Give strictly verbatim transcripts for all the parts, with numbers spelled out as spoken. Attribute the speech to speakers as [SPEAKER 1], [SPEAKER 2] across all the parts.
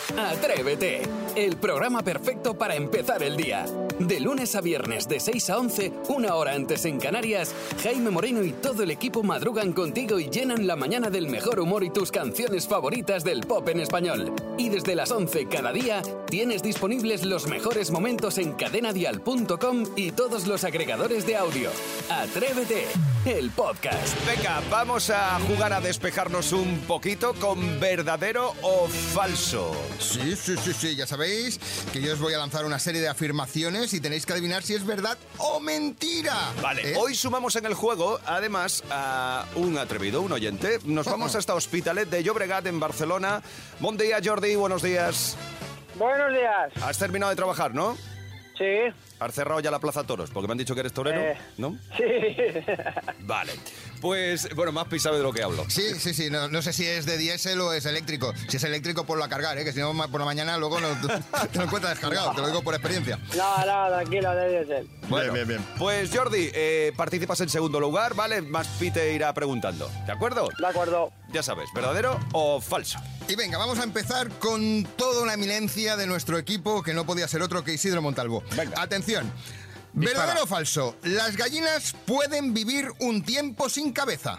[SPEAKER 1] Atrévete, el programa perfecto para empezar el día. De lunes a viernes de seis a once, una hora antes en Canarias, Jaime Moreno y todo el equipo madrugan contigo y llenan la mañana del mejor humor y tus canciones favoritas del pop en español. Y desde las once cada día, tienes disponibles los mejores momentos en cadena dial punto com y todos los agregadores de audio. Atrévete, el podcast.
[SPEAKER 2] Venga, vamos a jugar a despejarnos un poquito con verdadero o falso.
[SPEAKER 3] Sí, sí, sí, sí, ya sabéis que yo os voy a lanzar una serie de afirmaciones y tenéis que adivinar si es verdad o mentira.
[SPEAKER 2] Vale,
[SPEAKER 3] ¿Eh?
[SPEAKER 2] hoy sumamos en el juego, además, a un atrevido, un oyente. Nos vamos hasta Hospitalet de Llobregat, en Barcelona. Buen día, Jordi, buenos días.
[SPEAKER 4] Buenos días.
[SPEAKER 2] Has terminado de trabajar, ¿no?
[SPEAKER 4] Sí.
[SPEAKER 2] ¿Has cerrado ya la Plaza Toros? Porque me han dicho que eres torero,
[SPEAKER 4] Eh,
[SPEAKER 2] ¿no?
[SPEAKER 4] Sí.
[SPEAKER 2] Vale. Pues, bueno, Maspi sabe de lo que hablo.
[SPEAKER 3] Sí, sí, sí, no, no sé si es de diésel o es eléctrico. Si es eléctrico, ponlo a cargar, ¿eh? Que si no, ma- por la mañana luego no te lo encuentras descargado, te lo digo por experiencia.
[SPEAKER 4] No, no, tranquilo, debe ser.
[SPEAKER 2] Bueno,
[SPEAKER 3] Bien, bien, bien.
[SPEAKER 2] Pues Jordi, eh, participas en segundo lugar, ¿vale? Maspi te irá preguntando, ¿de acuerdo?
[SPEAKER 4] De acuerdo.
[SPEAKER 2] Ya sabes, ¿verdadero o falso?
[SPEAKER 3] Y venga, vamos a empezar con toda una eminencia de nuestro equipo, que no podía ser otro que Isidro Montalvo.
[SPEAKER 2] Venga.
[SPEAKER 3] Atención.
[SPEAKER 2] Dispara.
[SPEAKER 3] ¿Verdadero o falso? ¿Las gallinas pueden vivir un tiempo sin cabeza?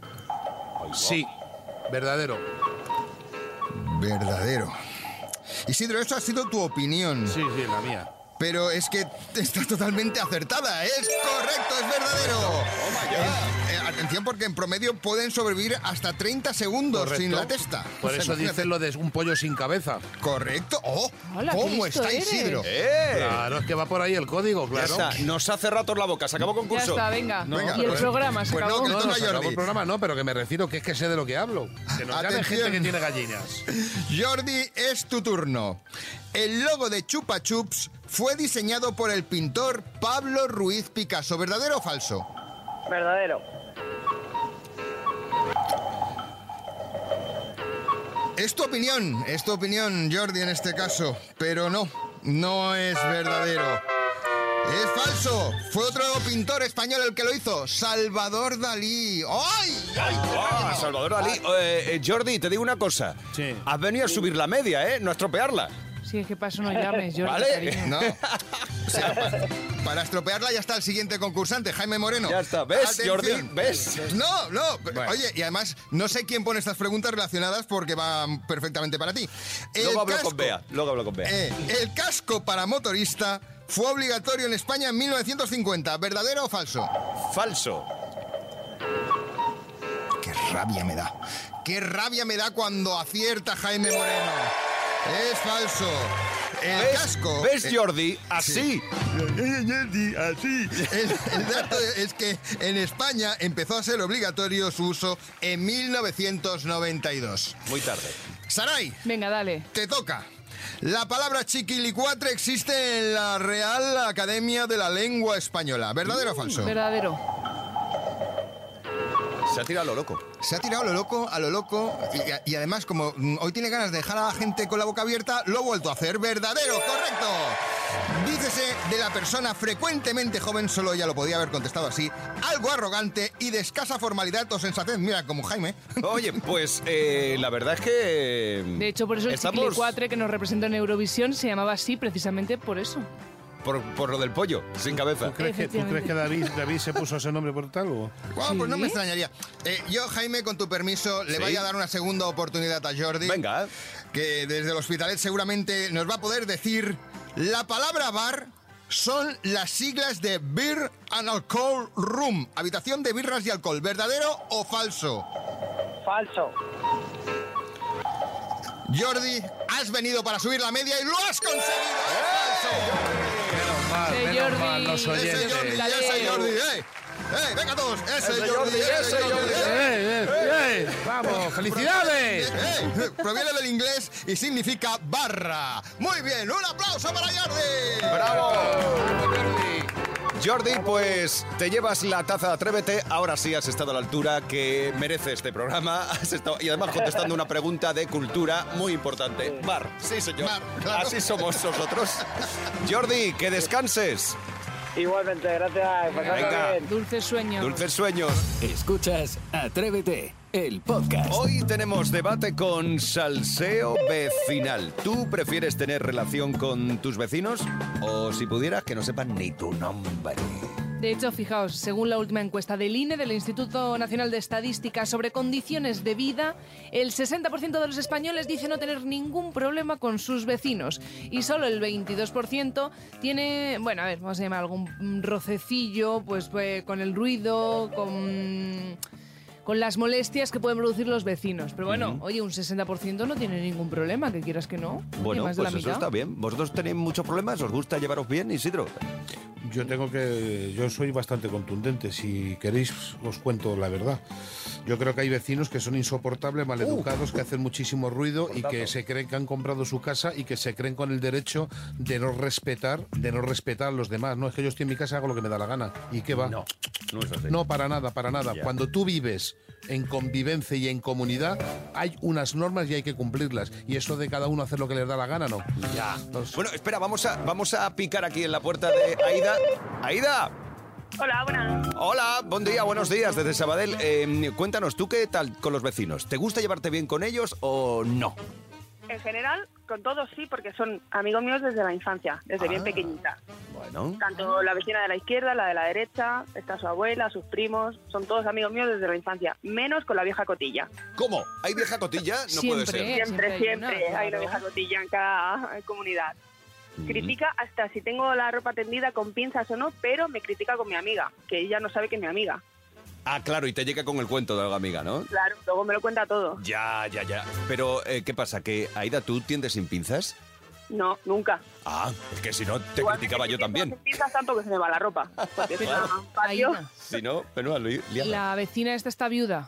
[SPEAKER 5] Sí, verdadero.
[SPEAKER 3] Verdadero. Isidro, eso ha sido tu opinión.
[SPEAKER 5] Sí, sí, la mía.
[SPEAKER 3] Pero es que está totalmente acertada. Es correcto, es verdadero. Eh, eh, atención, porque en promedio pueden sobrevivir hasta treinta segundos
[SPEAKER 5] Correcto.
[SPEAKER 3] sin la testa.
[SPEAKER 5] Por
[SPEAKER 3] O sea,
[SPEAKER 5] eso
[SPEAKER 3] imagínate.
[SPEAKER 5] dicen lo de un pollo sin cabeza.
[SPEAKER 3] Correcto. ¡Oh!
[SPEAKER 6] Hola, qué
[SPEAKER 3] ¿Cómo
[SPEAKER 6] listo
[SPEAKER 3] está
[SPEAKER 6] eres.
[SPEAKER 3] Isidro?
[SPEAKER 2] ¡Eh!
[SPEAKER 5] Claro, es que va por ahí el código,
[SPEAKER 2] Ya
[SPEAKER 5] claro.
[SPEAKER 2] está, nos ha cerrado la boca, se acabó el
[SPEAKER 6] Ya
[SPEAKER 2] concurso.
[SPEAKER 6] está, venga.
[SPEAKER 5] No,
[SPEAKER 3] Venga,
[SPEAKER 6] y el
[SPEAKER 3] pues-
[SPEAKER 6] programa se
[SPEAKER 3] pues no,
[SPEAKER 6] acabó.
[SPEAKER 3] que le
[SPEAKER 5] No,
[SPEAKER 3] toca
[SPEAKER 5] no,
[SPEAKER 3] a
[SPEAKER 5] se acabó
[SPEAKER 3] Jordi.
[SPEAKER 5] el programa, no, pero que me refiero que es que sé de lo que hablo. Que nos llame
[SPEAKER 3] Atención.
[SPEAKER 5] gente que tiene gallinas.
[SPEAKER 3] Jordi, es tu turno. El logo de Chupa Chups fue diseñado por el pintor Pablo Ruiz Picasso. ¿Verdadero o falso?
[SPEAKER 4] Verdadero.
[SPEAKER 3] Es tu opinión, es tu opinión, Jordi, en este caso. Pero no, no es verdadero. Es falso. Fue otro pintor español el que lo hizo, Salvador Dalí. ¡Ay! ¡Ay!
[SPEAKER 2] Ah, Salvador Dalí. Eh, eh, Jordi, te digo una cosa.
[SPEAKER 5] Sí.
[SPEAKER 2] Has venido a subir la media, ¿eh? No a estropearla.
[SPEAKER 6] Sí, es que paso no llames, Jordi,
[SPEAKER 2] Vale.
[SPEAKER 6] cariño.
[SPEAKER 3] No. O sea, pa- para estropearla ya está el siguiente concursante, Jaime Moreno.
[SPEAKER 2] Ya está. ¿Ves,
[SPEAKER 3] Atención.
[SPEAKER 2] Jordi? ¿Ves?
[SPEAKER 3] No, no.
[SPEAKER 5] Bueno.
[SPEAKER 3] Oye, y además, no sé quién pone estas preguntas relacionadas porque van perfectamente para ti. El
[SPEAKER 2] Luego hablo
[SPEAKER 3] casco-
[SPEAKER 2] con Bea. Luego hablo con Bea.
[SPEAKER 3] Eh, el casco para motorista fue obligatorio en España en mil novecientos cincuenta. ¿Verdadero o falso?
[SPEAKER 2] Falso.
[SPEAKER 3] Qué rabia me da. Qué rabia me da cuando acierta Jaime Moreno. Es falso. El
[SPEAKER 2] ¿Ves?
[SPEAKER 3] casco...
[SPEAKER 2] ¿Ves,
[SPEAKER 3] eh,
[SPEAKER 2] Jordi? Así.
[SPEAKER 3] Así. El, el dato es que en España empezó a ser obligatorio su uso en mil novecientos noventa y dos.
[SPEAKER 2] Muy tarde.
[SPEAKER 3] Saray,
[SPEAKER 6] Venga, dale.
[SPEAKER 3] te toca. La palabra chiquilicuatre existe en la Real Academia de la Lengua Española. ¿Verdadero o falso?
[SPEAKER 6] Verdadero.
[SPEAKER 2] Se ha tirado a lo loco.
[SPEAKER 3] Se ha tirado a lo loco, a lo loco, y, y además, como mm, hoy tiene ganas de dejar a la gente con la boca abierta, lo ha vuelto a hacer. ¡Verdadero! ¡Correcto! Dícese de la persona frecuentemente joven, solo ella lo podía haber contestado así, algo arrogante y de escasa formalidad o sensatez. Mira, como Jaime.
[SPEAKER 2] Oye, pues eh, la verdad es que...
[SPEAKER 6] De hecho, por eso el
[SPEAKER 2] estamos
[SPEAKER 6] Chiquilicuatre que nos representó en Eurovisión se llamaba así, precisamente por eso.
[SPEAKER 2] Por, por lo del pollo, sin cabeza.
[SPEAKER 5] ¿Tú crees que, ¿tú crees que David, David se puso ese nombre por tal o...?
[SPEAKER 3] Bueno, pues no
[SPEAKER 6] ¿Sí?
[SPEAKER 3] me extrañaría. Eh, yo, Jaime, con tu permiso, le
[SPEAKER 2] Sí.
[SPEAKER 3] voy a dar una segunda oportunidad a Jordi.
[SPEAKER 2] Venga.
[SPEAKER 3] Que desde el Hospitalet seguramente nos va a poder decir la palabra bar. Son las siglas de Beer and Alcohol Room, habitación de birras y alcohol. ¿Verdadero o falso?
[SPEAKER 4] Falso.
[SPEAKER 3] Jordi, has venido para subir la media y lo has conseguido. ¡Es falso!
[SPEAKER 5] Menos mal,
[SPEAKER 6] Ese
[SPEAKER 5] menos
[SPEAKER 6] Jordi.
[SPEAKER 5] mal, los
[SPEAKER 3] Ese
[SPEAKER 5] oyentes.
[SPEAKER 3] Jordi,
[SPEAKER 6] Dale.
[SPEAKER 3] ese Jordi, eh. ¡Eh, venga todos! ¡Ese,
[SPEAKER 2] Ese
[SPEAKER 3] Jordi,
[SPEAKER 2] Jordi,
[SPEAKER 3] ese
[SPEAKER 2] ese
[SPEAKER 3] Jordi!
[SPEAKER 2] Jordi.
[SPEAKER 3] eh.
[SPEAKER 5] ¡Eh, eh, eh! ¡Vamos, felicidades!
[SPEAKER 3] Eh, proviene del inglés y significa barra. Muy bien, un aplauso para Jordi.
[SPEAKER 2] ¡Bravo! Jordi, pues te llevas la taza de Atrévete. Ahora sí has estado a la altura que merece este programa. Has estado, y además contestando una pregunta de cultura muy importante. Bar, sí señor.
[SPEAKER 3] Bar, claro.
[SPEAKER 2] Así somos nosotros. Jordi, que descanses.
[SPEAKER 4] Igualmente, gracias. Pasadlo
[SPEAKER 2] Venga.
[SPEAKER 4] bien.
[SPEAKER 6] Dulces sueños.
[SPEAKER 2] Dulces sueños.
[SPEAKER 1] Escuchas Atrévete, el podcast.
[SPEAKER 2] Hoy tenemos debate con salseo vecinal. ¿Tú prefieres tener relación con tus vecinos o, si pudieras, que no sepan ni tu nombre?
[SPEAKER 6] De hecho, fijaos, según la última encuesta del I N E, del Instituto Nacional de Estadística sobre condiciones de vida, el sesenta por ciento de los españoles dice no tener ningún problema con sus vecinos y solo el veintidós por ciento tiene, bueno, a ver, vamos a llamar algún rocecillo, pues, pues con el ruido, con... con las molestias que pueden producir los vecinos. Pero bueno, uh-huh. oye, un sesenta por ciento no tiene ningún problema, que quieras que no.
[SPEAKER 2] Bueno,
[SPEAKER 6] más
[SPEAKER 2] pues
[SPEAKER 6] de la
[SPEAKER 2] eso
[SPEAKER 6] mitad.
[SPEAKER 2] está bien. ¿Vosotros tenéis muchos problemas? ¿Os gusta llevaros bien, Isidro?
[SPEAKER 5] Yo tengo que... Yo soy bastante contundente. Si queréis, os cuento la verdad. Yo creo que hay vecinos que son insoportables, maleducados, uh. que hacen muchísimo ruido y que se creen que han comprado su casa y que se creen con el derecho de no respetar, de no respetar a los demás. No, es que yo estoy en mi casa y hago lo que me da la gana. ¿Y qué va?
[SPEAKER 2] No, no es así.
[SPEAKER 5] No, para nada, para nada.
[SPEAKER 2] Ya.
[SPEAKER 5] Cuando tú vives en convivencia y en comunidad, hay unas normas y hay que cumplirlas. Y eso de cada uno hacer lo que les da la gana, ¿no?
[SPEAKER 2] Ya.
[SPEAKER 5] Entonces...
[SPEAKER 2] Bueno, espera, vamos a, vamos a picar aquí en la puerta de Aida. ¡Aida!
[SPEAKER 4] Hola, buenas.
[SPEAKER 2] Hola, buen día, buenos días desde Sabadell. Eh, cuéntanos, ¿tú qué tal con los vecinos? ¿Te gusta llevarte bien con ellos o no?
[SPEAKER 7] En general, con todos sí, porque son amigos míos desde la infancia, desde
[SPEAKER 2] Ah,
[SPEAKER 7] bien pequeñita.
[SPEAKER 2] Bueno.
[SPEAKER 7] Tanto la vecina de la izquierda, la de la derecha, está su abuela, sus primos, son todos amigos míos desde la infancia, menos con la vieja cotilla.
[SPEAKER 2] ¿Cómo? ¿Hay vieja cotilla? No
[SPEAKER 6] Siempre.
[SPEAKER 2] puede ser.
[SPEAKER 7] Siempre,
[SPEAKER 6] siempre
[SPEAKER 7] siempre,
[SPEAKER 6] hay
[SPEAKER 7] hay,
[SPEAKER 6] una,
[SPEAKER 7] una
[SPEAKER 6] claro.
[SPEAKER 7] vieja cotilla en cada comunidad.
[SPEAKER 2] Mm.
[SPEAKER 7] Critica hasta si tengo la ropa tendida con pinzas o no, pero me critica con mi amiga, que ella no sabe que es mi amiga.
[SPEAKER 2] Ah, claro, y te llega con el cuento de la amiga, ¿no?
[SPEAKER 7] Claro, luego me lo cuenta todo.
[SPEAKER 2] Ya, ya, ya. Pero, eh, ¿qué pasa? ¿Que, Aida, tú tiendes sin pinzas?
[SPEAKER 7] No, nunca.
[SPEAKER 2] Ah, es que si no, te
[SPEAKER 7] Igual
[SPEAKER 2] criticaba
[SPEAKER 7] que
[SPEAKER 2] yo
[SPEAKER 7] si
[SPEAKER 2] también.
[SPEAKER 7] Sin pinzas tanto que se me va la ropa. Porque es
[SPEAKER 2] Claro.
[SPEAKER 7] un patio.
[SPEAKER 6] Aida,
[SPEAKER 2] Si no, pero li- liada.
[SPEAKER 6] la vecina esta está viuda.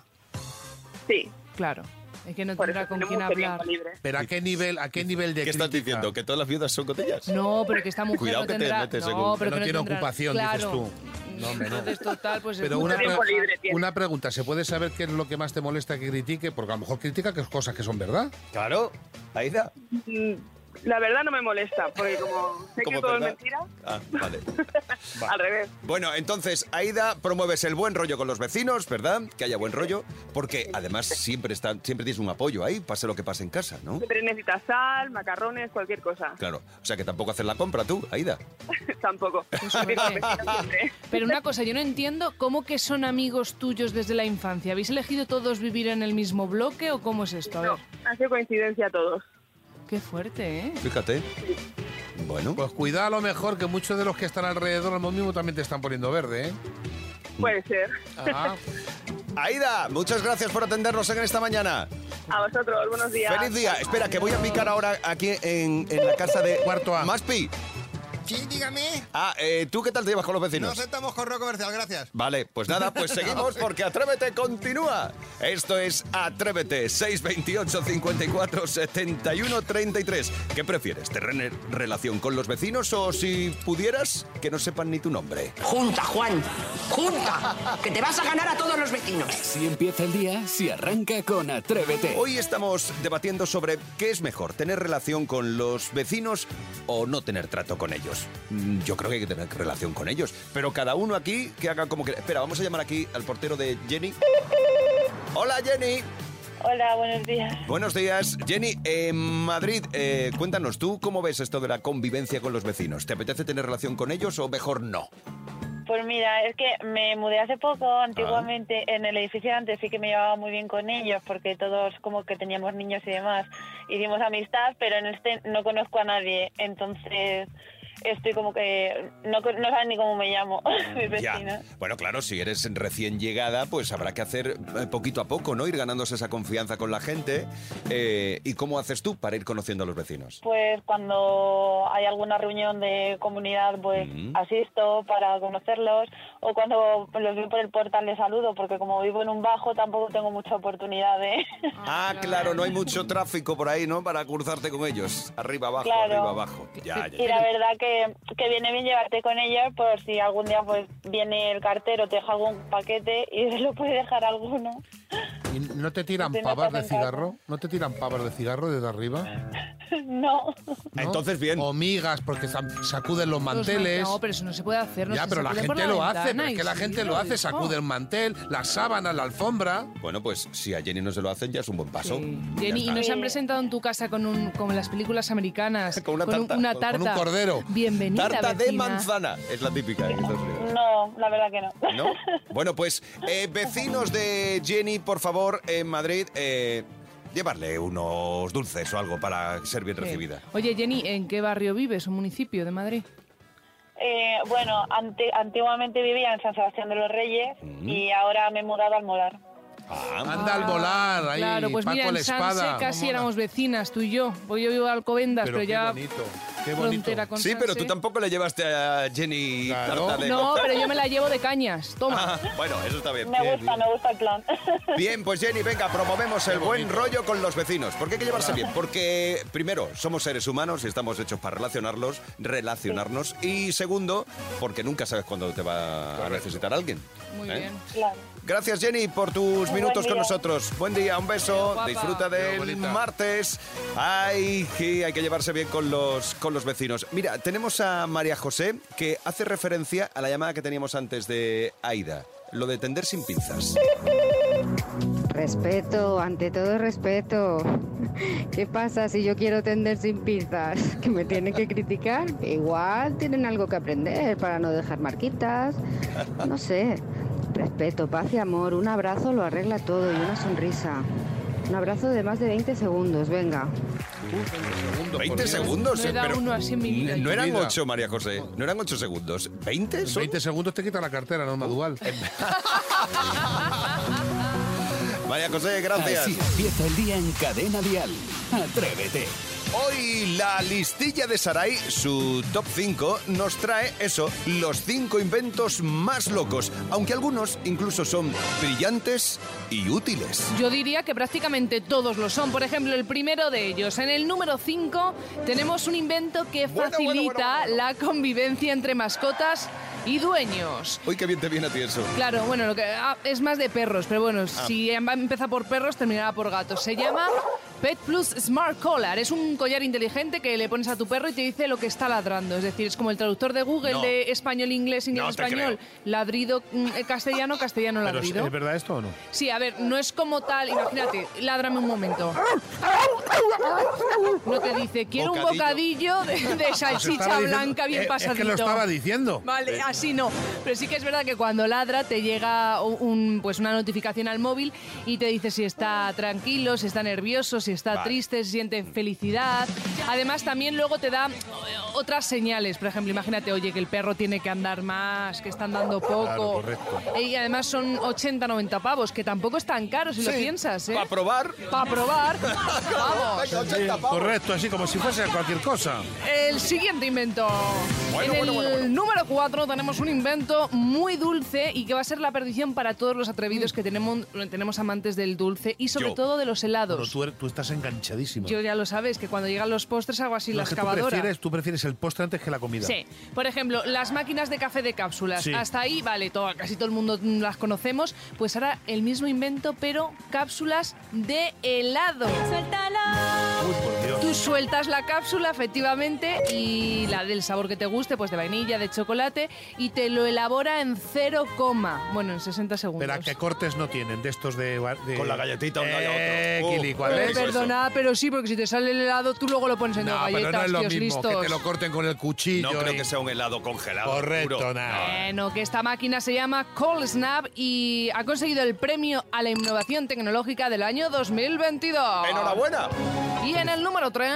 [SPEAKER 7] Sí,
[SPEAKER 6] Claro. Es que no
[SPEAKER 7] por
[SPEAKER 6] tendrá
[SPEAKER 7] eso
[SPEAKER 6] con
[SPEAKER 7] tenemos
[SPEAKER 6] quién
[SPEAKER 7] mucho
[SPEAKER 6] hablar.
[SPEAKER 7] tiempo libre.
[SPEAKER 5] ¿Pero a qué nivel, a qué nivel de
[SPEAKER 2] ¿Qué estás
[SPEAKER 5] crítica?
[SPEAKER 2] diciendo? ¿Que todas las viudas son cotillas?
[SPEAKER 6] No, pero que esta mujer
[SPEAKER 2] Cuidado
[SPEAKER 6] no
[SPEAKER 2] que te
[SPEAKER 6] tendrá...
[SPEAKER 2] metes
[SPEAKER 6] no,
[SPEAKER 2] según-
[SPEAKER 6] pero
[SPEAKER 5] No
[SPEAKER 6] que
[SPEAKER 5] tiene
[SPEAKER 6] tendrá-
[SPEAKER 5] ocupación,
[SPEAKER 6] claro.
[SPEAKER 5] dices tú. No, hombre, no.
[SPEAKER 6] Entonces, total, pues...
[SPEAKER 5] Pero
[SPEAKER 6] es
[SPEAKER 5] una,
[SPEAKER 6] mucho
[SPEAKER 7] tiempo
[SPEAKER 5] pre-
[SPEAKER 7] libre tiene.
[SPEAKER 5] una pregunta, ¿se puede saber qué es lo que más te molesta que critique? Porque a lo mejor critica que es cosas que son verdad.
[SPEAKER 2] Claro, Aida.
[SPEAKER 7] Mm, La verdad no me molesta, porque como sé
[SPEAKER 2] ¿Cómo
[SPEAKER 7] que todo
[SPEAKER 2] verdad?
[SPEAKER 7] es mentira,
[SPEAKER 2] Ah, vale. Va.
[SPEAKER 7] al revés.
[SPEAKER 2] Bueno, entonces, Aida, promueves el buen rollo con los vecinos, ¿verdad? Que haya buen rollo, porque además siempre están, siempre tienes un apoyo ahí, pase lo que pase en casa, ¿no?
[SPEAKER 7] Siempre necesitas sal, macarrones, cualquier cosa.
[SPEAKER 2] Claro, o sea que tampoco haces la compra tú, Aida.
[SPEAKER 7] Tampoco.
[SPEAKER 6] suerte.
[SPEAKER 7] Digo, vecinos siempre.
[SPEAKER 6] Pero una cosa, yo no entiendo cómo que son amigos tuyos desde la infancia. ¿Habéis elegido todos vivir en el mismo bloque o cómo es esto? A ver,
[SPEAKER 7] No, ha sido coincidencia todos.
[SPEAKER 6] qué fuerte, ¿eh?
[SPEAKER 2] Fíjate. Bueno,
[SPEAKER 5] Pues cuida a lo mejor que muchos de los que están alrededor al mismo también te están poniendo verde, ¿eh?
[SPEAKER 7] Puede ser.
[SPEAKER 5] Ah,
[SPEAKER 2] Aida, muchas gracias por atendernos en esta mañana.
[SPEAKER 7] A vosotros, buenos días.
[SPEAKER 2] Feliz día. Espera, que voy a picar ahora aquí en, en la casa de
[SPEAKER 5] Cuarto A.
[SPEAKER 2] Maspi.
[SPEAKER 3] Sí, dígame.
[SPEAKER 2] Ah, eh, ¿tú qué tal te llevas con los vecinos?
[SPEAKER 3] Nos estamos con Correo Comercial, gracias.
[SPEAKER 2] Vale, pues nada, pues seguimos porque Atrévete continúa. Esto es Atrévete, seis veintiocho, cincuenta y cuatro, setenta y uno, treinta y tres. ¿Qué prefieres, tener relación con los vecinos o, si pudieras, que no sepan ni tu nombre?
[SPEAKER 8] Junta, Juan, junta, que te vas a ganar a todos los vecinos.
[SPEAKER 1] Si empieza el día, si arranca con Atrévete.
[SPEAKER 2] Hoy estamos debatiendo sobre qué es mejor, tener relación con los vecinos o no tener trato con ellos. Mm, Yo creo que hay que tener relación con ellos, pero cada uno aquí que haga como que... Espera, vamos a llamar aquí al portero de Jenny. Hola, Jenny.
[SPEAKER 9] Hola, buenos días.
[SPEAKER 2] Buenos días. Jenny, en Madrid, eh, cuéntanos, ¿tú cómo ves esto de la convivencia con los vecinos? ¿Te apetece tener relación con ellos o mejor no?
[SPEAKER 9] Pues mira, es que me mudé hace poco, antiguamente en el edificio de antes sí que me llevaba muy bien con ellos porque todos como que teníamos niños y demás, hicimos amistad, pero en este no conozco a nadie, entonces estoy como que no, no saben ni cómo me llamo, mis vecinos.
[SPEAKER 2] Ya. Bueno, claro, si eres recién llegada, pues habrá que hacer eh, poquito a poco, ¿no? Ir ganándose esa confianza con la gente. Eh, ¿Y cómo haces tú para ir conociendo a los vecinos?
[SPEAKER 9] Pues cuando hay alguna reunión de comunidad, pues
[SPEAKER 2] Mm.
[SPEAKER 9] asisto para conocerlos, o cuando los veo por el portal les saludo, porque como vivo en un bajo tampoco tengo mucha oportunidad de...
[SPEAKER 2] Ah, claro, no hay mucho tráfico por ahí, ¿no? Para cruzarte con ellos. Arriba, abajo,
[SPEAKER 9] Claro.
[SPEAKER 2] arriba, abajo. Ya, ya,
[SPEAKER 9] Y
[SPEAKER 2] ya.
[SPEAKER 9] la verdad que, que viene bien llevarte con ellos por si algún día pues viene el cartero, te deja algún paquete y se lo puede dejar a alguno.
[SPEAKER 5] ¿y no te tiran
[SPEAKER 9] Si no te
[SPEAKER 5] pavas de
[SPEAKER 9] hacen caso.
[SPEAKER 5] cigarro? ¿No te tiran pavas de cigarro desde arriba?
[SPEAKER 9] No.
[SPEAKER 5] ¿No?
[SPEAKER 2] Entonces, bien.
[SPEAKER 5] O migas, porque sam- sacuden los manteles.
[SPEAKER 6] No, pero eso no se puede hacer. No
[SPEAKER 5] ya,
[SPEAKER 6] se
[SPEAKER 5] pero la
[SPEAKER 6] sacuden por
[SPEAKER 5] gente lo hace,
[SPEAKER 6] ventana
[SPEAKER 5] pero es
[SPEAKER 6] y
[SPEAKER 5] que la
[SPEAKER 6] sí,
[SPEAKER 5] gente lo
[SPEAKER 6] lo
[SPEAKER 5] hace,
[SPEAKER 6] dijo.
[SPEAKER 5] sacude el mantel, las sábanas, la alfombra.
[SPEAKER 2] Bueno, pues si a Jenny no se lo hacen, ya es un buen paso.
[SPEAKER 6] Sí.
[SPEAKER 2] Ya
[SPEAKER 6] Jenny, ¿y
[SPEAKER 2] está.
[SPEAKER 6] no se han presentado en tu casa con un, como en las películas americanas?
[SPEAKER 2] Con una
[SPEAKER 6] un-
[SPEAKER 2] tarta.
[SPEAKER 6] una
[SPEAKER 2] Con-
[SPEAKER 6] tarta.
[SPEAKER 5] con un cordero.
[SPEAKER 6] Bienvenida,
[SPEAKER 2] Tarta de
[SPEAKER 6] vecina.
[SPEAKER 2] manzana. Es la típica en Estados Unidos.
[SPEAKER 9] No, la verdad que no.
[SPEAKER 2] ¿No? Bueno, pues eh, vecinos de Jenny, por favor, en Madrid, eh, llevarle unos dulces o algo para ser bien
[SPEAKER 6] Sí.
[SPEAKER 2] recibida.
[SPEAKER 6] Oye, Jenny, ¿en qué barrio vives? ¿Un municipio de Madrid?
[SPEAKER 9] Eh, bueno, ante- antiguamente vivía en San Sebastián de los Reyes
[SPEAKER 2] Mm.
[SPEAKER 9] y ahora me he mudado al Molar.
[SPEAKER 2] Ah,
[SPEAKER 5] Anda al volar, ahí,
[SPEAKER 6] Claro, pues
[SPEAKER 5] Paco
[SPEAKER 6] mira,
[SPEAKER 5] la
[SPEAKER 6] en Sanse
[SPEAKER 5] espada.
[SPEAKER 6] casi
[SPEAKER 5] ¿Cómo
[SPEAKER 6] éramos vecinas, tú y yo. Pues yo vivo en Alcobendas, pero,
[SPEAKER 5] Pero qué
[SPEAKER 6] ya
[SPEAKER 5] bonito, qué bonito.
[SPEAKER 6] frontera con
[SPEAKER 2] sí, pero
[SPEAKER 6] Sanse.
[SPEAKER 2] tú tampoco le llevaste a Jenny
[SPEAKER 5] Claro.
[SPEAKER 2] tarta de
[SPEAKER 6] No,
[SPEAKER 2] manzana.
[SPEAKER 6] pero yo me la llevo de cañas. Toma.
[SPEAKER 2] Ah, bueno, eso está bien.
[SPEAKER 9] Me gusta, me gusta el plan.
[SPEAKER 2] Bien, pues Jenny, venga, promovemos el buen rollo con los vecinos. ¿Por qué hay que llevarse bien? Porque, primero, somos seres humanos y estamos hechos para relacionarlos, relacionarnos. Y segundo, porque nunca sabes cuándo te va a necesitar alguien.
[SPEAKER 6] Muy
[SPEAKER 2] ¿Eh?
[SPEAKER 6] bien.
[SPEAKER 9] Claro.
[SPEAKER 2] Gracias, Jenny, por tus
[SPEAKER 9] Un
[SPEAKER 2] minutos
[SPEAKER 9] buen
[SPEAKER 2] con
[SPEAKER 9] día.
[SPEAKER 2] nosotros. Buen día, un beso.
[SPEAKER 6] Guapa.
[SPEAKER 2] Disfruta
[SPEAKER 5] Qué
[SPEAKER 2] del
[SPEAKER 5] bonita.
[SPEAKER 2] martes. Ay, sí, hay que llevarse bien con los, con los vecinos. Mira, tenemos a María José, que hace referencia a la llamada que teníamos antes de Aida. Lo de tender sin pinzas.
[SPEAKER 10] Respeto, ante todo respeto. ¿Qué pasa si yo quiero tender sin pinzas? ¿Que me tienen que criticar? Igual tienen algo que aprender para no dejar marquitas. No sé. Respeto, paz y amor. Un abrazo lo arregla todo y una sonrisa. Un abrazo de más de veinte segundos, venga.
[SPEAKER 5] Segundos,
[SPEAKER 2] veinte
[SPEAKER 5] por Dios.
[SPEAKER 2] segundos,
[SPEAKER 6] No he
[SPEAKER 2] eh,
[SPEAKER 6] dado
[SPEAKER 2] pero
[SPEAKER 6] uno así en mi vida.
[SPEAKER 2] no
[SPEAKER 5] en
[SPEAKER 2] eran
[SPEAKER 5] tu vida.
[SPEAKER 2] ocho, María José. No eran ocho segundos. ¿veinte?
[SPEAKER 5] En
[SPEAKER 2] son?
[SPEAKER 5] veinte segundos te quita la cartera, norma dual.
[SPEAKER 2] María José, gracias.
[SPEAKER 1] Así empieza el día en Cadena Dial. Atrévete.
[SPEAKER 2] Hoy la listilla de Sarai, su top cinco, nos trae eso, los cinco inventos más locos, aunque algunos incluso son brillantes y útiles.
[SPEAKER 6] Yo diría que prácticamente todos lo son. Por ejemplo, el primero de ellos. En el número cinco tenemos un invento que
[SPEAKER 2] Bueno,
[SPEAKER 6] facilita
[SPEAKER 2] bueno, bueno, bueno.
[SPEAKER 6] la convivencia entre mascotas y dueños.
[SPEAKER 2] Uy, qué bien te viene a ti eso.
[SPEAKER 6] Claro, bueno, lo que ah, es más de perros, pero bueno,
[SPEAKER 2] Ah.
[SPEAKER 6] si em- empieza por perros, terminará por gatos. Se llama Pet Plus Smart Collar. Es un collar inteligente que le pones a tu perro y te dice lo que está ladrando. Es decir, es como el traductor de Google
[SPEAKER 2] No.
[SPEAKER 6] de español-inglés,
[SPEAKER 2] No te
[SPEAKER 6] inglés-español. Ladrido mm, eh, castellano, castellano
[SPEAKER 5] Pero, ¿es,
[SPEAKER 6] ladrido.
[SPEAKER 5] ¿es verdad esto o no?
[SPEAKER 6] Sí, a ver, no es como tal, imagínate, ládrame un momento. No te dice, quiero un
[SPEAKER 2] Bocadillo.
[SPEAKER 6] bocadillo de, de salchicha
[SPEAKER 5] Estaba diciendo-
[SPEAKER 6] blanca bien
[SPEAKER 5] eh,
[SPEAKER 6] pasadito.
[SPEAKER 5] Es que lo estaba diciendo.
[SPEAKER 6] Vale, así no. Pero sí que es verdad que cuando ladra te llega un, pues una notificación al móvil y te dice si está tranquilo, si está nervioso, si está
[SPEAKER 2] Vale.
[SPEAKER 6] triste, si siente felicidad. Además, también luego te da eh, otras señales. Por ejemplo, imagínate, oye, que el perro tiene que andar más, que está andando poco.
[SPEAKER 5] Claro, correcto.
[SPEAKER 6] Eh, Y además son ochenta, noventa pavos, que tampoco es tan caro si lo
[SPEAKER 2] Sí,
[SPEAKER 6] piensas, ¿eh?
[SPEAKER 2] Para probar.
[SPEAKER 6] Para probar. Vamos.
[SPEAKER 2] Venga, ochenta pavos.
[SPEAKER 5] Correcto, así como si fuese cualquier cosa.
[SPEAKER 6] El siguiente invento.
[SPEAKER 2] Bueno,
[SPEAKER 6] en
[SPEAKER 2] bueno,
[SPEAKER 6] el
[SPEAKER 2] bueno, bueno.
[SPEAKER 6] número cuatro tenemos un invento muy dulce y que va a ser la perdición para todos los atrevidos que tenemos, tenemos amantes del dulce y sobre
[SPEAKER 2] Yo.
[SPEAKER 6] todo de los
[SPEAKER 5] Pero
[SPEAKER 6] helados.
[SPEAKER 5] tú, eres- tú estás enganchadísimo.
[SPEAKER 6] Yo ya lo sabes, que cuando llegan los postres hago así
[SPEAKER 5] No,
[SPEAKER 6] la
[SPEAKER 5] es que tú
[SPEAKER 6] excavadora.
[SPEAKER 5] prefieres, tú prefieres el postre antes que la comida.
[SPEAKER 6] Sí, por ejemplo, las máquinas de café de cápsulas.
[SPEAKER 5] Sí.
[SPEAKER 6] Hasta ahí, vale, todo, casi todo el mundo mm, las conocemos. Pues ahora el mismo invento, pero cápsulas de helado.
[SPEAKER 5] Uy, por Dios.
[SPEAKER 6] Tú sueltas la cápsula, efectivamente, y la del sabor que te guste, pues de vainilla, de chocolate, y te lo elabora en cero coma, bueno, en sesenta segundos.
[SPEAKER 5] Pero ¿a qué cortes no tienen de estos de... de-
[SPEAKER 2] Con la galletita un lado y
[SPEAKER 5] Eh,
[SPEAKER 2] otro. Uh,
[SPEAKER 5] Kili, ¿cuál
[SPEAKER 6] Eh,
[SPEAKER 5] es?
[SPEAKER 2] eso,
[SPEAKER 6] perdona, pero sí, porque si te sale el helado, tú luego lo pones en
[SPEAKER 5] No,
[SPEAKER 6] las
[SPEAKER 5] pero
[SPEAKER 6] galletas,
[SPEAKER 5] no es lo
[SPEAKER 6] tíos
[SPEAKER 5] mismo
[SPEAKER 6] listos.
[SPEAKER 5] que te lo corten con el cuchillo.
[SPEAKER 2] No creo
[SPEAKER 5] y-
[SPEAKER 2] que sea un helado congelado.
[SPEAKER 5] Correcto,
[SPEAKER 2] puro.
[SPEAKER 5] nada.
[SPEAKER 6] Bueno, que esta máquina se llama Cold Snap y ha conseguido el premio a la innovación tecnológica del año dos mil veintidós.
[SPEAKER 2] ¡Enhorabuena!
[SPEAKER 6] Y en el número tres,